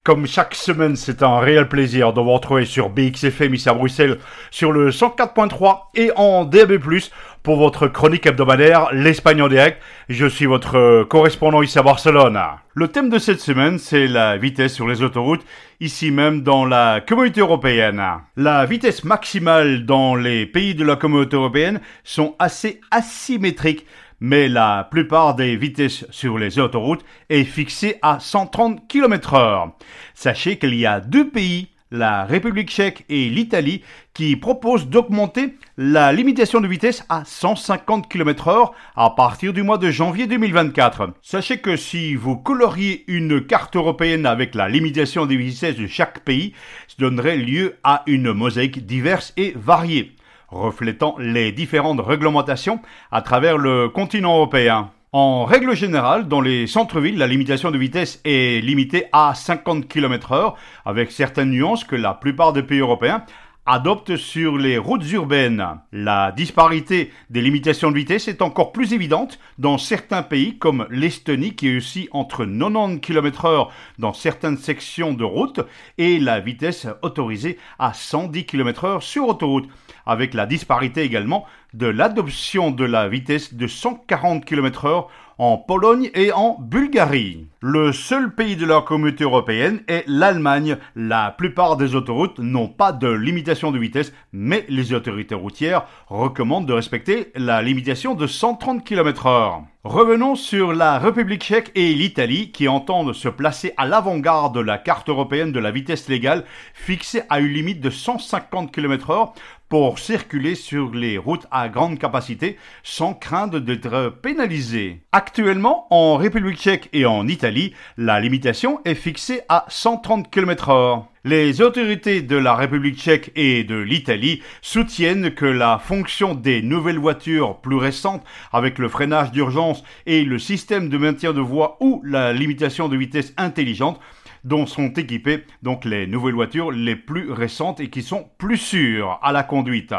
Comme chaque semaine, c'est un réel plaisir de vous retrouver sur BXFM ici à Bruxelles, sur le 104.3 et en DAB+, pour votre chronique hebdomadaire, l'Espagne en direct. Je suis votre correspondant ici à Barcelone. Le thème de cette semaine, c'est la vitesse sur les autoroutes, ici même dans la Communauté européenne. La vitesse maximale dans les pays de la Communauté européenne sont assez asymétriques, mais la plupart des vitesses sur les autoroutes est fixée à 130 km/h. Sachez qu'il y a deux pays, la République tchèque et l'Italie, qui proposent d'augmenter la limitation de vitesse à 150 km/h à partir du mois de janvier 2024. Sachez que si vous coloriez une carte européenne avec la limitation des vitesses de chaque pays, ça donnerait lieu à une mosaïque diverse et variée, reflétant les différentes réglementations à travers le continent européen. En règle générale, dans les centres-villes, la limitation de vitesse est limitée à 50 km/h, avec certaines nuances que la plupart des pays européens adoptent sur les routes urbaines. La disparité des limitations de vitesse est encore plus évidente dans certains pays comme l'Estonie, qui est aussi entre 90 km/h dans certaines sections de route et la vitesse autorisée à 110 km/h sur autoroute, avec la disparité également de l'adoption de la vitesse de 140 km/h en Pologne et en Bulgarie. Le seul pays de la Communauté européenne est l'Allemagne. La plupart des autoroutes n'ont pas de limitation de vitesse, mais les autorités routières recommandent de respecter la limitation de 130 km/h. Revenons sur la République tchèque et l'Italie qui entendent se placer à l'avant-garde de la carte européenne de la vitesse légale fixée à une limite de 150 km/h pour circuler sur les routes à grande capacité sans crainte d'être pénalisé. Actuellement, en République tchèque et en Italie, la limitation est fixée à 130 km/h. Les autorités de la République tchèque et de l'Italie soutiennent que la fonction des nouvelles voitures plus récentes avec le freinage d'urgence et le système de maintien de voie ou la limitation de vitesse intelligente dont sont équipées donc les nouvelles voitures les plus récentes et qui sont plus sûres à la conduite.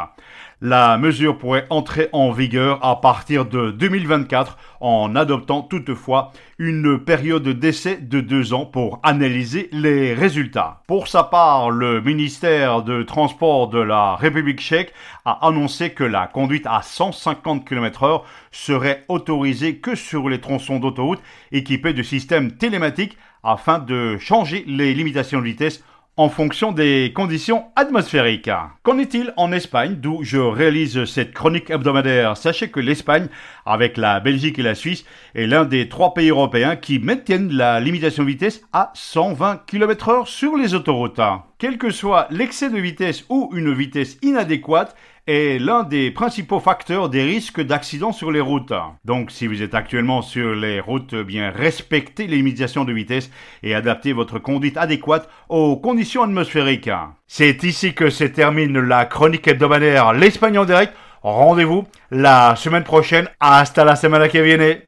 La mesure pourrait entrer en vigueur à partir de 2024 en adoptant toutefois une période d'essai de 2 ans pour analyser les résultats. Pour sa part, le ministère de Transport de la République tchèque a annoncé que la conduite à 150 km/h serait autorisée que sur les tronçons d'autoroute équipés de systèmes télématiques afin de changer les limitations de vitesse en fonction des conditions atmosphériques. Qu'en est-il en Espagne, d'où je réalise cette chronique hebdomadaire? Sachez que l'Espagne, avec la Belgique et la Suisse, est l'un des 3 pays européens qui maintiennent la limitation de vitesse à 120 km/h sur les autoroutes. Quel que soit l'excès de vitesse ou une vitesse inadéquate, est l'un des principaux facteurs des risques d'accidents sur les routes. Donc, si vous êtes actuellement sur les routes, bien respectez les limitations de vitesse et adaptez votre conduite adéquate aux conditions atmosphériques. C'est ici que se termine la chronique hebdomadaire L'Espagne en direct. Rendez-vous la semaine prochaine. Hasta la semana que viene.